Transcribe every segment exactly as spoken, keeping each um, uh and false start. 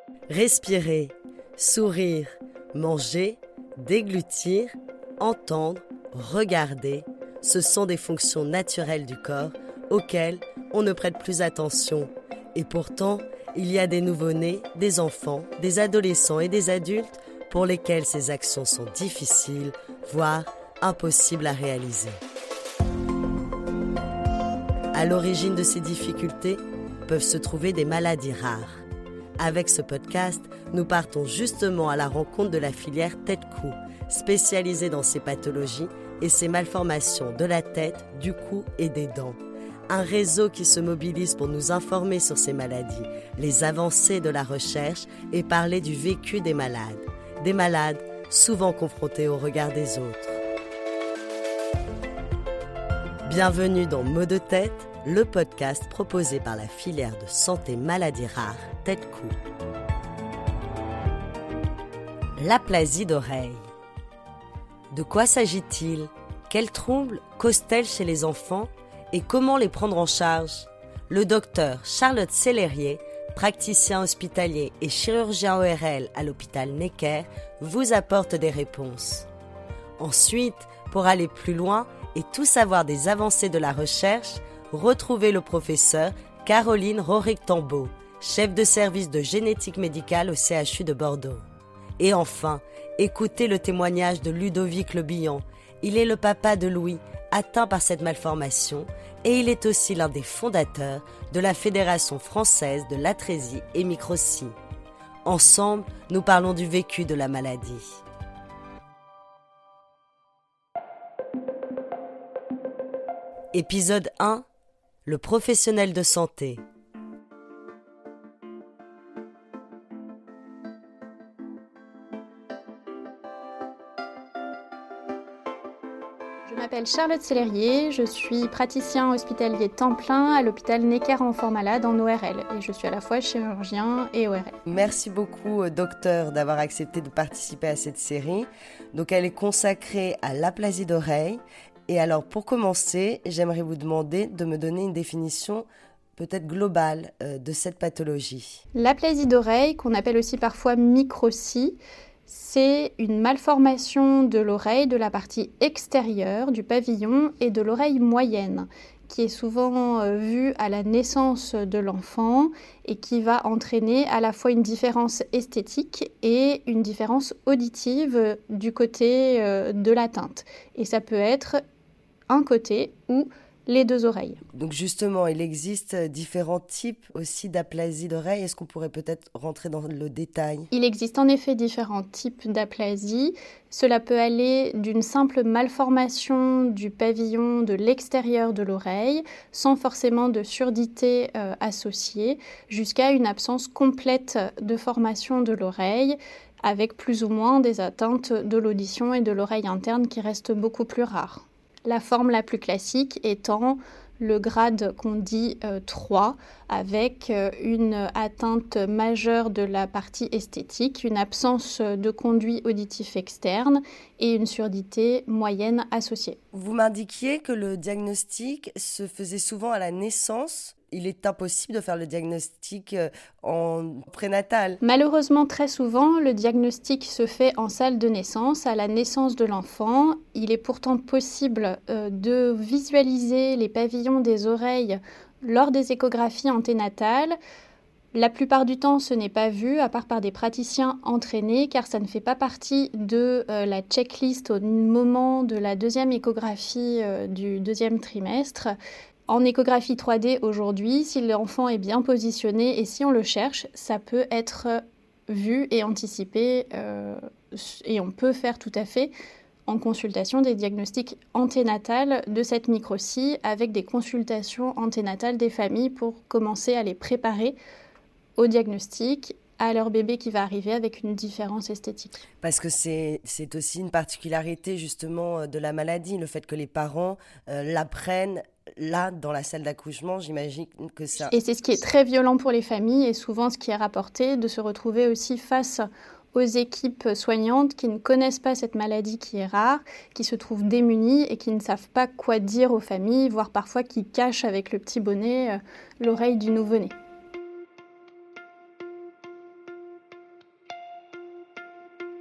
Respirer, sourire, manger, déglutir, entendre, regarder, ce sont des fonctions naturelles du corps auxquelles on ne prête plus attention. Et pourtant, il y a des nouveau-nés, des enfants, des adolescents et des adultes pour lesquels ces actions sont difficiles, voire impossibles à réaliser. À l'origine de ces difficultés peuvent se trouver des maladies rares. Avec ce podcast, nous partons justement à la rencontre de la filière tête-cou, spécialisée dans ces pathologies et ces malformations de la tête, du cou et des dents. Un réseau qui se mobilise pour nous informer sur ces maladies, les avancées de la recherche et parler du vécu des malades. Des malades souvent confrontés au regard des autres. Bienvenue dans Mots de tête, le podcast proposé par la filière de santé maladies rares tête-cou. L'aplasie d'oreille. De quoi s'agit-il? Quels troubles causent-elles chez les enfants et comment les prendre en charge? Le docteur Charlotte Sellerier, praticien hospitalier et chirurgien O R L à l'hôpital Necker, vous apporte des réponses. Ensuite, pour aller plus loin et tout savoir des avancées de la recherche, retrouvez le professeur Caroline Roric-Tambeau, chef de service de génétique médicale au C H U de Bordeaux. Et enfin, écoutez le témoignage de Ludovic Le Bihan. Il est le papa de Louis, atteint par cette malformation, et il est aussi l'un des fondateurs de la Fédération française de l'atrésie et microtie. Ensemble, nous parlons du vécu de la maladie. Épisode un. Le professionnel de santé. Je m'appelle Charlotte Sellerier, je suis praticien hospitalier temps plein à l'hôpital Necker Enfants Malades en O R L et je suis à la fois chirurgien et O R L. Merci beaucoup, docteur, d'avoir accepté de participer à cette série. Donc, elle est consacrée à l'aplasie d'oreille. Et alors, pour commencer, j'aimerais vous demander de me donner une définition peut-être globale euh, de cette pathologie. L'aplasie d'oreille, qu'on appelle aussi parfois microtie, c'est une malformation de l'oreille, de la partie extérieure du pavillon et de l'oreille moyenne, qui est souvent euh, vue à la naissance de l'enfant et qui va entraîner à la fois une différence esthétique et une différence auditive du côté euh, de l'atteinte. Et ça peut être un côté ou les deux oreilles. Donc justement, il existe différents types aussi d'aplasie d'oreille. Est-ce qu'on pourrait peut-être rentrer dans le détail? Il existe en effet différents types d'aplasie. Cela peut aller d'une simple malformation du pavillon de l'extérieur de l'oreille, sans forcément de surdité euh, associée, jusqu'à une absence complète de formation de l'oreille, avec plus ou moins des atteintes de l'audition et de l'oreille interne qui restent beaucoup plus rares. La forme la plus classique étant le grade qu'on dit euh, trois, avec euh, une atteinte majeure de la partie esthétique, une absence de conduit auditif externe et une surdité moyenne associée. Vous m'indiquiez que le diagnostic se faisait souvent à la naissance. Il est impossible de faire le diagnostic en prénatal. Malheureusement, très souvent, le diagnostic se fait en salle de naissance, à la naissance de l'enfant. Il est pourtant possible euh, de visualiser les pavillons des oreilles lors des échographies anténatales. La plupart du temps, ce n'est pas vu, à part par des praticiens entraînés, car ça ne fait pas partie de euh, la checklist au moment de la deuxième échographie euh, du deuxième trimestre. En échographie trois D aujourd'hui, si l'enfant est bien positionné et si on le cherche, ça peut être vu et anticipé euh, et on peut faire tout à fait en consultation des diagnostics anténatales de cette microtie avec des consultations anténatales des familles pour commencer à les préparer au diagnostic, à leur bébé qui va arriver avec une différence esthétique. Parce que c'est, c'est aussi une particularité justement de la maladie, le fait que les parents euh, l'apprennent là, dans la salle d'accouchement, j'imagine que ça... Et c'est ce qui est très violent pour les familles et souvent ce qui est rapporté, de se retrouver aussi face aux équipes soignantes qui ne connaissent pas cette maladie qui est rare, qui se trouvent démunies et qui ne savent pas quoi dire aux familles, voire parfois qui cachent avec le petit bonnet euh, l'oreille du nouveau-né.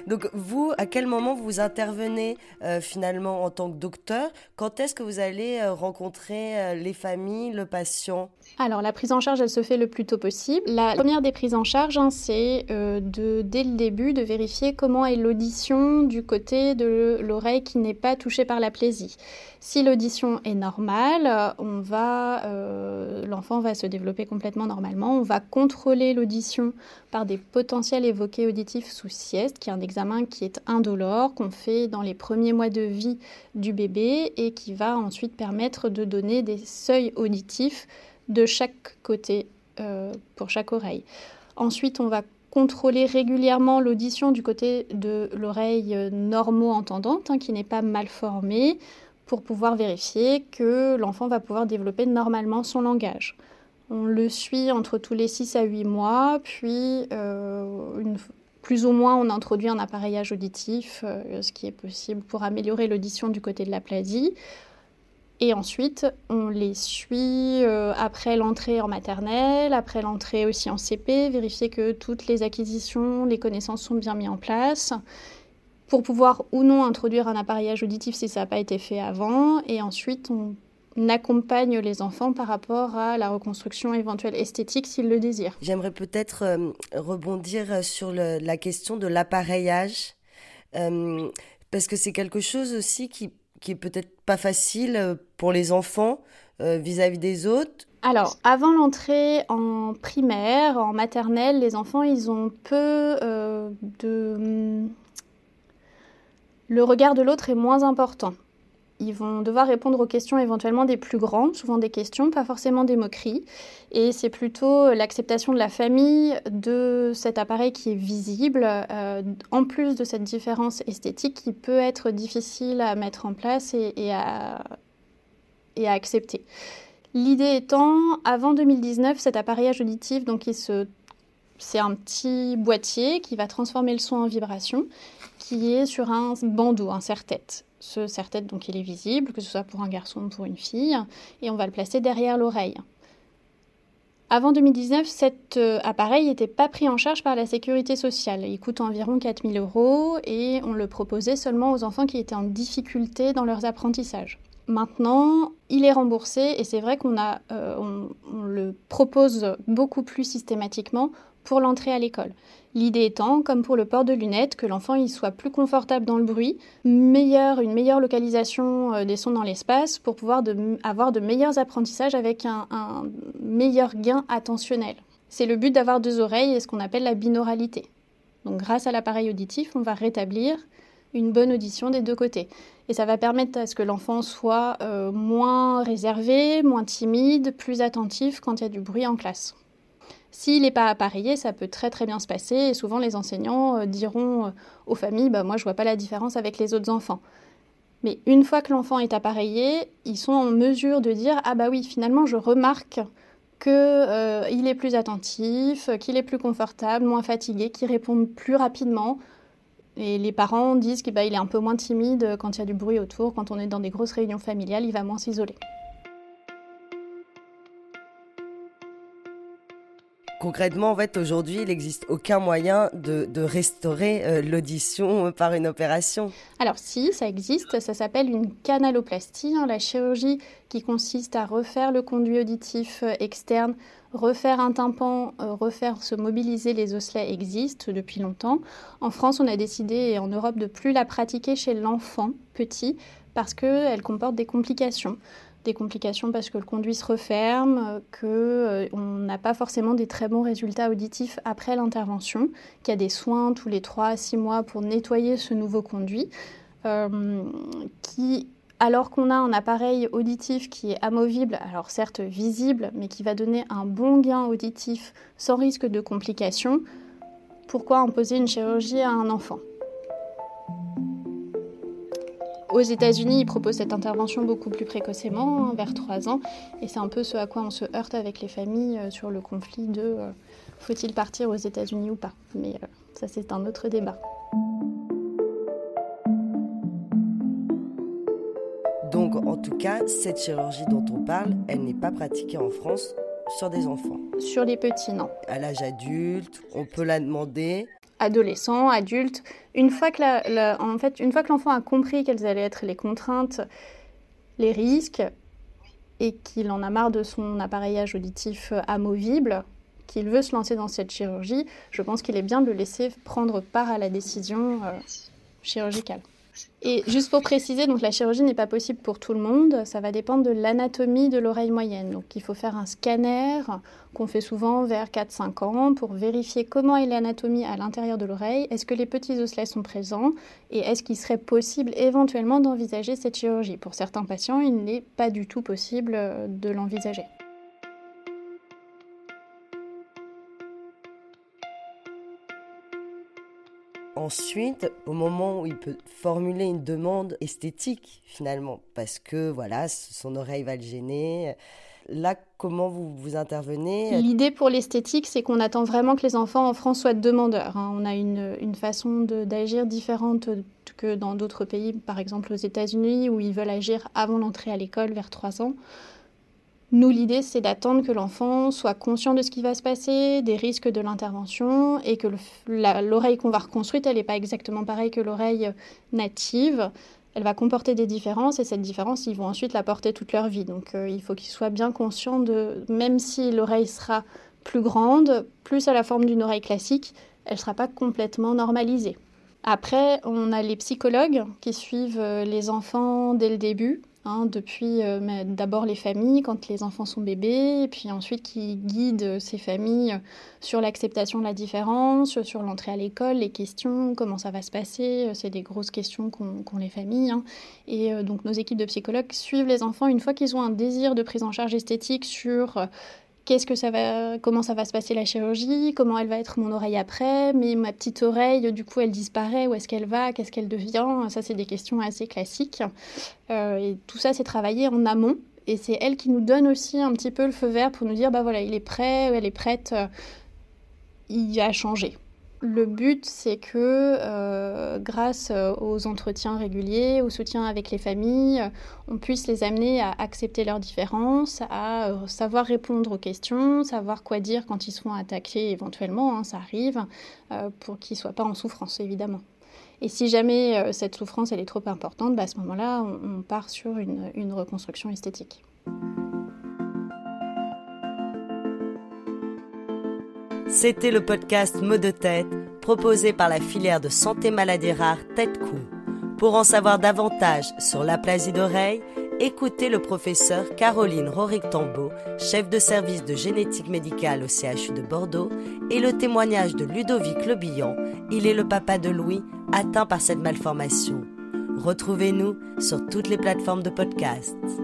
Donc vous, à quel moment vous intervenez euh, finalement en tant que docteur? Quand est-ce que vous allez euh, rencontrer euh, les familles, le patient? Alors la prise en charge, elle se fait le plus tôt possible. La première des prises en charge, hein, c'est euh, de, dès le début de vérifier comment est l'audition du côté de l'oreille qui n'est pas touchée par l'aplésie. Si l'audition est normale, on va, euh, l'enfant va se développer complètement normalement. On va contrôler l'audition par des potentiels évoqués auditifs sous sieste, qui est un examen qui est indolore, qu'on fait dans les premiers mois de vie du bébé et qui va ensuite permettre de donner des seuils auditifs de chaque côté euh, pour chaque oreille. Ensuite, on va contrôler régulièrement l'audition du côté de l'oreille normo-entendante, hein, qui n'est pas mal formée, pour pouvoir vérifier que l'enfant va pouvoir développer normalement son langage. On le suit entre tous les six à huit mois, puis euh, une, plus ou moins on introduit un appareillage auditif, euh, ce qui est possible pour améliorer l'audition du côté de l'aplasie. Et ensuite, on les suit euh, après l'entrée en maternelle, après l'entrée aussi en C P, vérifier que toutes les acquisitions, les connaissances sont bien mises en place, pour pouvoir ou non introduire un appareillage auditif si ça n'a pas été fait avant. Et ensuite, on accompagne les enfants par rapport à la reconstruction éventuelle esthétique s'ils le désirent. J'aimerais peut-être euh, rebondir sur le, la question de l'appareillage, euh, parce que c'est quelque chose aussi qui... qui est peut-être pas facile pour les enfants euh, vis-à-vis des autres. Alors, avant l'entrée en primaire, en maternelle, les enfants, ils ont peu euh, de... Le regard de l'autre est moins important. Ils vont devoir répondre aux questions éventuellement des plus grands, souvent des questions, pas forcément des moqueries. Et c'est plutôt l'acceptation de la famille de cet appareil qui est visible, euh, en plus de cette différence esthétique qui peut être difficile à mettre en place et, et, à, et à accepter. L'idée étant, avant deux mille dix-neuf, cet appareillage auditif, donc il se, c'est un petit boîtier qui va transformer le son en vibration, qui est sur un bandeau, un serre-tête. Ce serre-tête, donc, il est visible, que ce soit pour un garçon ou pour une fille, et on va le placer derrière l'oreille. Avant deux mille dix-neuf, cet euh, appareil n'était pas pris en charge par la sécurité sociale. Il coûte environ quatre mille euros et on le proposait seulement aux enfants qui étaient en difficulté dans leurs apprentissages. Maintenant, il est remboursé et c'est vrai qu'on a, euh, on, on le propose beaucoup plus systématiquement pour l'entrée à l'école. L'idée étant, comme pour le port de lunettes, que l'enfant il soit plus confortable dans le bruit, meilleure, une meilleure localisation des sons dans l'espace pour pouvoir de, avoir de meilleurs apprentissages avec un, un meilleur gain attentionnel. C'est le but d'avoir deux oreilles et ce qu'on appelle la binauralité. Donc grâce à l'appareil auditif, on va rétablir une bonne audition des deux côtés. Et ça va permettre à ce que l'enfant soit euh, moins réservé, moins timide, plus attentif quand il y a du bruit en classe. S'il n'est pas appareillé, ça peut très très bien se passer et souvent les enseignants euh, diront euh, aux familles bah, « moi je vois pas la différence avec les autres enfants ». Mais une fois que l'enfant est appareillé, ils sont en mesure de dire « ah bah oui, finalement je remarque qu'il euh, est plus attentif, qu'il est plus confortable, moins fatigué, qu'il répond plus rapidement ». Et les parents disent qu'il bah, est un peu moins timide quand il y a du bruit autour, quand on est dans des grosses réunions familiales, il va moins s'isoler. Concrètement, en fait, aujourd'hui, il n'existe aucun moyen de, de restaurer euh, l'audition par une opération. Alors si, ça existe, ça s'appelle une canaloplastie, hein, la chirurgie qui consiste à refaire le conduit auditif externe, refaire un tympan, euh, refaire se mobiliser les osselets existe depuis longtemps. En France, on a décidé, et en Europe, de plus la pratiquer chez l'enfant petit parce qu'elle comporte des complications. Des complications parce que le conduit se referme, qu'on euh, n'a pas forcément des très bons résultats auditifs après l'intervention, qu'il y a des soins tous les trois à six mois pour nettoyer ce nouveau conduit, euh, qui, alors qu'on a un appareil auditif qui est amovible, alors certes visible, mais qui va donner un bon gain auditif sans risque de complications, pourquoi imposer une chirurgie à un enfant ? Aux États-Unis, ils proposent cette intervention beaucoup plus précocement, hein, vers trois ans, et c'est un peu ce à quoi on se heurte avec les familles euh, sur le conflit de euh, faut-il partir aux États-Unis ou pas. Mais euh, ça, c'est un autre débat. Donc, en tout cas, cette chirurgie dont on parle, elle n'est pas pratiquée en France sur des enfants. Sur les petits, non. À l'âge adulte, on peut la demander. adolescents, adultes. Une fois que, la, la, en fait, une fois que l'enfant a compris quelles allaient être les contraintes, les risques, et qu'il en a marre de son appareillage auditif amovible, qu'il veut se lancer dans cette chirurgie, je pense qu'il est bien de le laisser prendre part à la décision euh, chirurgicale. Et juste pour préciser, donc la chirurgie n'est pas possible pour tout le monde, ça va dépendre de l'anatomie de l'oreille moyenne. Donc il faut faire un scanner qu'on fait souvent vers quatre à cinq ans pour vérifier comment est l'anatomie à l'intérieur de l'oreille, est-ce que les petits osselets sont présents et est-ce qu'il serait possible éventuellement d'envisager cette chirurgie. Pour certains patients, il n'est pas du tout possible de l'envisager. Ensuite, au moment où il peut formuler une demande esthétique, finalement, parce que voilà, son oreille va le gêner. Là, comment vous, vous intervenez ? L'idée pour l'esthétique, c'est qu'on attend vraiment que les enfants en France soient demandeurs. Hein. On a une, une façon de, d'agir différente que dans d'autres pays, par exemple aux États-Unis, où ils veulent agir avant l'entrée à l'école, vers trois ans. Nous, l'idée, c'est d'attendre que l'enfant soit conscient de ce qui va se passer, des risques de l'intervention, et que le, la, l'oreille qu'on va reconstruire, elle n'est pas exactement pareille que l'oreille native. Elle va comporter des différences, et cette différence, ils vont ensuite la porter toute leur vie. Donc, euh, il faut qu'ils soient bien conscients de, même si l'oreille sera plus grande, plus à la forme d'une oreille classique, elle ne sera pas complètement normalisée. Après, on a les psychologues qui suivent les enfants dès le début. Hein, depuis euh, d'abord les familles, quand les enfants sont bébés, et puis ensuite qui guident ces familles sur l'acceptation de la différence, sur l'entrée à l'école, les questions, comment ça va se passer, c'est des grosses questions qu'ont, qu'ont les familles. Hein. Et euh, donc nos équipes de psychologues suivent les enfants une fois qu'ils ont un désir de prise en charge esthétique sur euh, qu'est-ce que ça va, comment ça va se passer la chirurgie, comment elle va être mon oreille après, mais ma petite oreille, du coup, elle disparaît, où est-ce qu'elle va, qu'est-ce qu'elle devient ? Ça, c'est des questions assez classiques. Euh, et tout ça, c'est travaillé en amont. Et c'est elle qui nous donne aussi un petit peu le feu vert pour nous dire, bah voilà, il est prêt, elle est prête, euh, il a changé. Le but, c'est que euh, grâce aux entretiens réguliers, au soutien avec les familles, on puisse les amener à accepter leurs différences, à euh, savoir répondre aux questions, savoir quoi dire quand ils sont attaqués éventuellement, hein, ça arrive, euh, pour qu'ils ne soient pas en souffrance, évidemment. Et si jamais euh, cette souffrance elle est trop importante, bah, à ce moment-là, on, on part sur une, une reconstruction esthétique. C'était le podcast Mots de tête, proposé par la filière de santé maladies rares Tête-Cou. Pour en savoir davantage sur l'aplasie d'oreille, écoutez le professeur Caroline Roric-Tambo, chef de service de génétique médicale au C H U de Bordeaux, et le témoignage de Ludovic Lebillon, il est le papa de Louis, atteint par cette malformation. Retrouvez-nous sur toutes les plateformes de podcast.